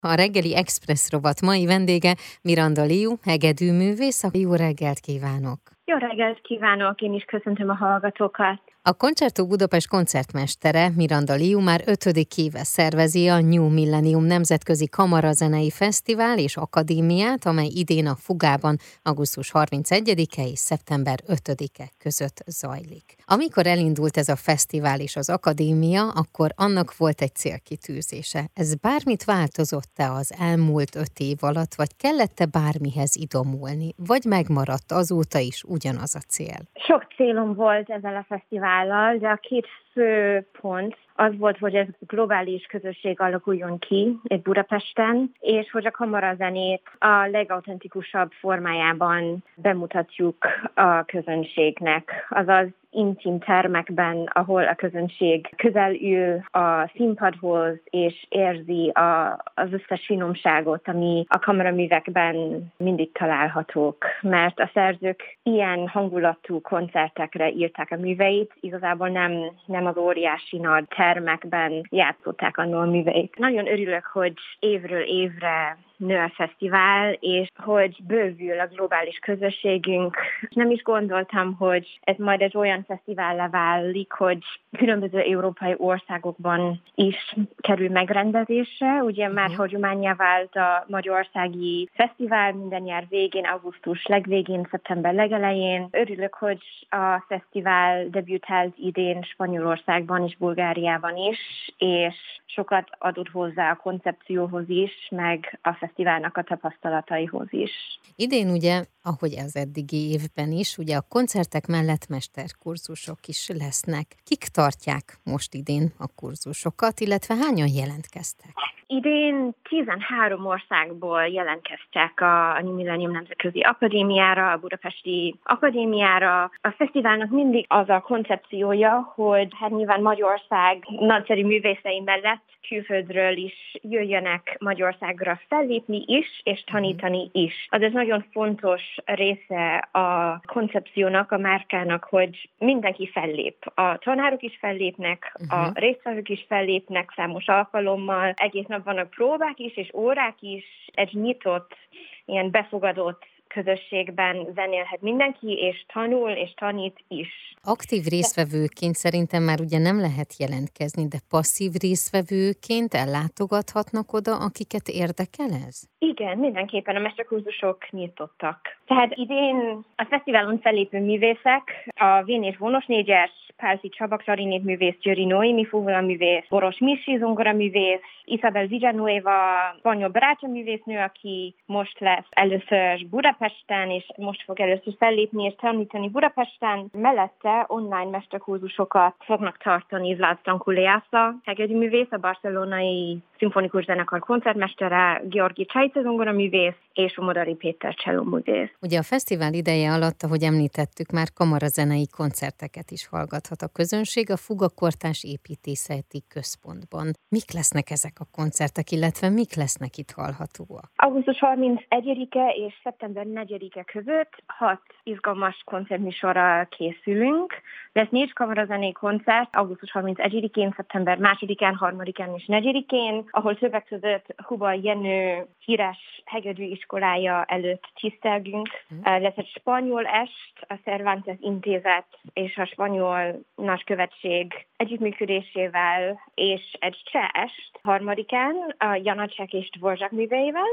A reggeli Express rovat mai vendége Miranda Liu, hegedűművész. Jó reggelt kívánok! Jó reggelt kívánok, én is köszöntöm a hallgatókat. A Concerto Budapest koncertmestere Miranda Liu már 5. éve szervezi a New Millennium Nemzetközi Kamarazenei Fesztivál és Akadémiát, amely idén a Fugában augusztus 31-e és szeptember 5-e között zajlik. Amikor elindult ez a fesztivál és az akadémia, akkor annak volt egy célkitűzése. Ez bármit változott-e az elmúlt 5 év alatt, vagy kellett-e bármihez idomulni, vagy megmaradt azóta is ugyanaz a cél? Sok célom volt ezzel a fesztivállal, de a két fő pont az volt, hogy ez globális közösség alakuljon ki itt Budapesten, és hogy a kamarazenét a legautentikusabb formájában bemutatjuk a közönségnek, azaz intim termekben, ahol a közönség közel ül a színpadhoz, és érzi az összes finomságot, ami a kamaraművekben mindig találhatók. Mert a szerzők ilyen hangulatú koncertekre írták a műveit, igazából nem az óriási nagy termekben játszották annól a műveit. Nagyon örülök, hogy évről évre nő a fesztivál, és hogy bővül a globális közösségünk. Nem is gondoltam, hogy ez majd egy olyan fesztivállá válik, hogy különböző európai országokban is kerül megrendezésre. Ugye már hagyománnyá vált a magyarországi fesztivál minden nyár végén, augusztus legvégén, szeptember legelején. Örülök, hogy a fesztivál debütált idén Spanyolországban és Bulgáriában is, és sokat adott hozzá a koncepcióhoz is, meg a fesztiválnak a tapasztalataihoz is. Idén ugye, ahogy az eddigi évben is, ugye a koncertek mellett mesterkurzusok is lesznek. Kik tartják most idén a kurzusokat, illetve hányan jelentkeztek? Idén 13 országból jelentkeztek a New Millennium Nemzetközi Akadémiára, a Budapesti Akadémiára. A fesztiválnak mindig az a koncepciója, hogy hát nyilván Magyarország nagyszerű művészei mellett külföldről is jöjjenek Magyarországra fellépni is, és tanítani is. Az ez nagyon fontos része a koncepciónak, a márkának, hogy mindenki fellép. A tanárok is fellépnek, a résztvevők is fellépnek számos alkalommal, egész nap vannak próbák is, és órák is, egy nyitott, ilyen befogadott közösségben zenélhet mindenki, és tanul, és tanít is. Aktív résztvevőként szerintem már ugye nem lehet jelentkezni, de passzív résztvevőként ellátogathatnak oda, akiket érdekel ez? Igen, mindenképpen a mesterkurzusok nyitottak. Tehát idén a fesztiválon fellépő művészek, a Vénés Vonos négyes, Pálfi Csaba klarinét művész, Győri Noémi fuvola művész, Boros Misi zongora művész, Isabel Villanueva spanyol barátja művésznő, aki most lesz először Budapesten, és most fog először fellépni és tanítani Budapesten. Mellette online mesterkurzusokat fognak tartani Vlad Stankuleasa, hegedűművész, a barcelonai szimfonikus zenekar koncertmestere, Georgi Csajce zongoraművész, és Umodari Péter csellóművész. Ugye a fesztivál ideje alatt, ahogy említettük, már kamarazenei koncerteket is hallgathat a közönség a Fuga Kortárs Építészeti Központban. Mik lesznek ezek a koncertek, illetve mik lesznek itt hallhatóak? Augusztus 31-e és szeptember 4-e között 6 izgalmas koncertműsorral készülünk. Lesz 4 kamarazenei koncert augusztus 31-én, szeptember 2-án, 3-án és 4-én, ahol többek között Huba Jenő híres hegedűiskolája előtt tisztelgünk. Lesz egy spanyol est, a Cervantes Intézet és a spanyol nagykövetség együttműködésével, és egy cseh est 3-án a Janacek és Dvorzsák műveivel.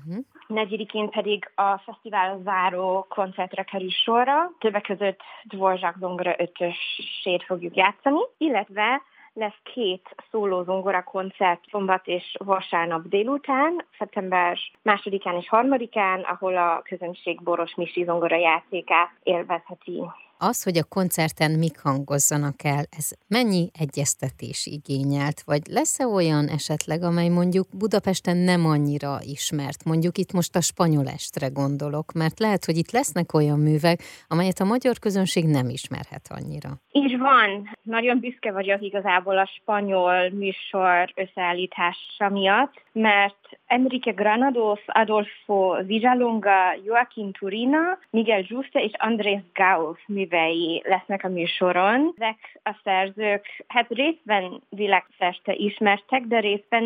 4-én pedig a fesztivál záró koncertre kerül sorra. Többek között Dvorzsák zongora 5-ösét fogjuk játszani, illetve lesz 2 szóló zongora koncert szombat és vasárnap délután, szeptember 2-án és 3-án, ahol a közönség Boros Misi zongora játékát élvezheti. Az, hogy a koncerten mik hangozzanak el, ez mennyi egyeztetés igényelt? Vagy lesz-e olyan esetleg, amely mondjuk Budapesten nem annyira ismert? Mondjuk itt most a spanyol estre gondolok, mert lehet, hogy itt lesznek olyan művek, amelyet a magyar közönség nem ismerhet annyira. Így van. Nagyon büszke vagyok igazából a spanyol műsor összeállítása miatt, mert Enrique Granados, Adolfo Villalonga, Joaquín Turina, Miguel Juste és Andrés Gauss művei lesznek a műsoron. Ezek a szerzők részben világszerte ismertek, de részben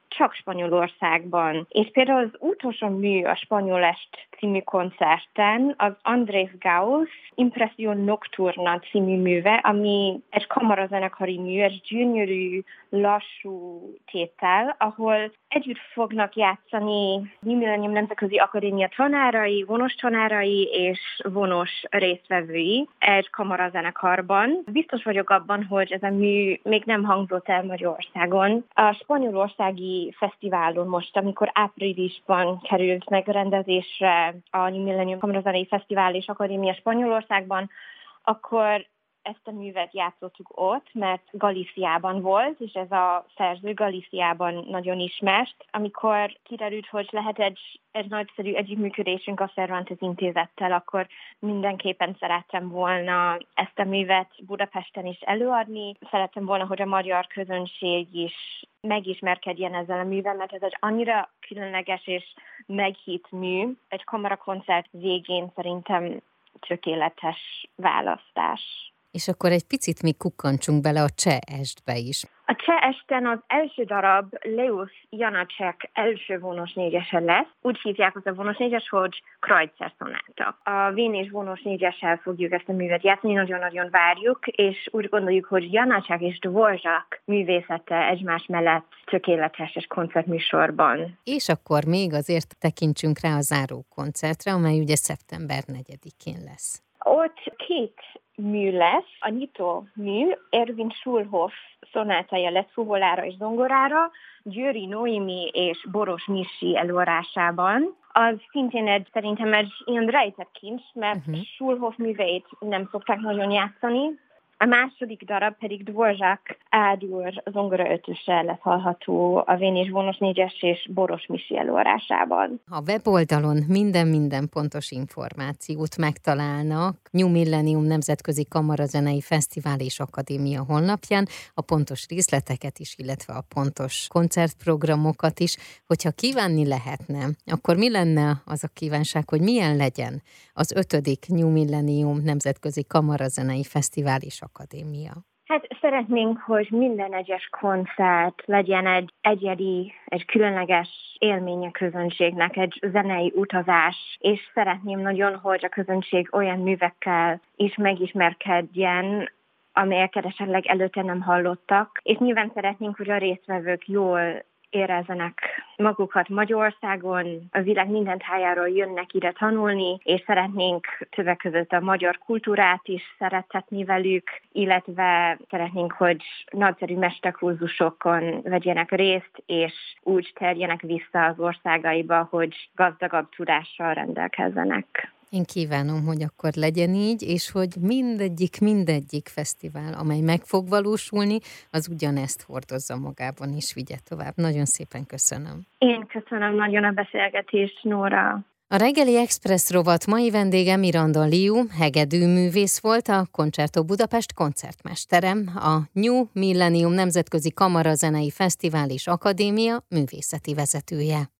csak Spanyolországban. És például az utolsó mű a Spanyol Est című koncerten az Andrés Gauss Impression Nocturna című műve, ami egy kamarazenekari mű, egy gyönyörű, lassú tétel, ahol együtt fognak játszani New Millennium Nemzetközi Akadémia tanárai, vonos tanárai és vonos résztvevői egy kamarazenekarban. Biztos vagyok abban, hogy ez a mű még nem hangzott el Magyarországon. A spanyolországi fesztiválon most, amikor áprilisban került megrendezésre a New Millennium Kamarazenei Fesztivál és Akadémia Spanyolországban, akkor ezt a művet játszottuk ott, mert Galíciában volt, és ez a szerző Galíciában nagyon ismert. Amikor kiderült, hogy lehet egy nagyszerű együttműködésünk a Cervantes Intézettel, akkor mindenképpen szerettem volna ezt a művet Budapesten is előadni. Szerettem volna, hogy a magyar közönség is megismerkedjen ezzel a művel, mert ez egy annyira különleges és meghitt mű. Egy kamarakoncert végén szerintem tökéletes választás. És akkor egy picit még kukkantsunk bele a Cseh Estbe is. A Cseh Esten az első darab Leos Janáček első vonos négyese lesz. Úgy hívják az a vonos négyes, hogy Kreutzer szonáta. A vén és vonos négyessel fogjuk ezt a művet játszani, nagyon-nagyon várjuk, és úgy gondoljuk, hogy Janáček és Dvořák művészete egymás mellett tökéletes és koncertműsorban. És akkor még azért tekintsünk rá a záró koncertre, amely ugye szeptember 4-én lesz. Ott két mű lesz, a nyitó mű, Erwin Schulhoff szonátája lesz fuvolára és zongorára, Győri Noémi és Boros Misi előadásában. Az szintén szerintem egy ilyen rejtett kincs, mert Schulhoff műveit nem szokták nagyon játszani. A második darab pedig Dvořák Ádur zongora ötöse lesz hallható a vén és vonos négyes és Boros Misi előadásában. A weboldalon minden pontos információt megtalálnak New Millennium Nemzetközi Kamarazenei Fesztivál és Akadémia honlapján, a pontos részleteket is, illetve a pontos koncertprogramokat is. Hogyha kívánni lehetne, akkor mi lenne az a kívánság, hogy milyen legyen az 5. New Millennium Nemzetközi Kamarazenei Fesztivál és Akadémia? Hát szeretnénk, hogy minden egyes koncert legyen egy egyedi, egy különleges élmény a közönségnek, egy zenei utazás, és szeretném nagyon, hogy a közönség olyan művekkel is megismerkedjen, amelyeket esetleg előtte nem hallottak, és nyilván szeretnénk, hogy a résztvevők jól érezzenek magukat Magyarországon, a világ minden tájáról jönnek ide tanulni, és szeretnénk többek között a magyar kultúrát is szeretetni velük, illetve szeretnénk, hogy nagyszerű mesterkurzusokon vegyenek részt, és úgy terjenek vissza az országaiba, hogy gazdagabb tudással rendelkezzenek. Én kívánom, hogy akkor legyen így, és hogy mindegyik fesztivál, amely meg fog valósulni, az ugyanezt hordozza magában és vigye tovább. Nagyon szépen köszönöm. Én köszönöm nagyon a beszélgetést, Nóra. A Reggeli Express rovat mai vendége Miranda Liu, hegedűművész volt, a Concerto Budapest koncertmestere, a New Millennium Nemzetközi Kamarazenei Fesztivál és Akadémia művészeti vezetője.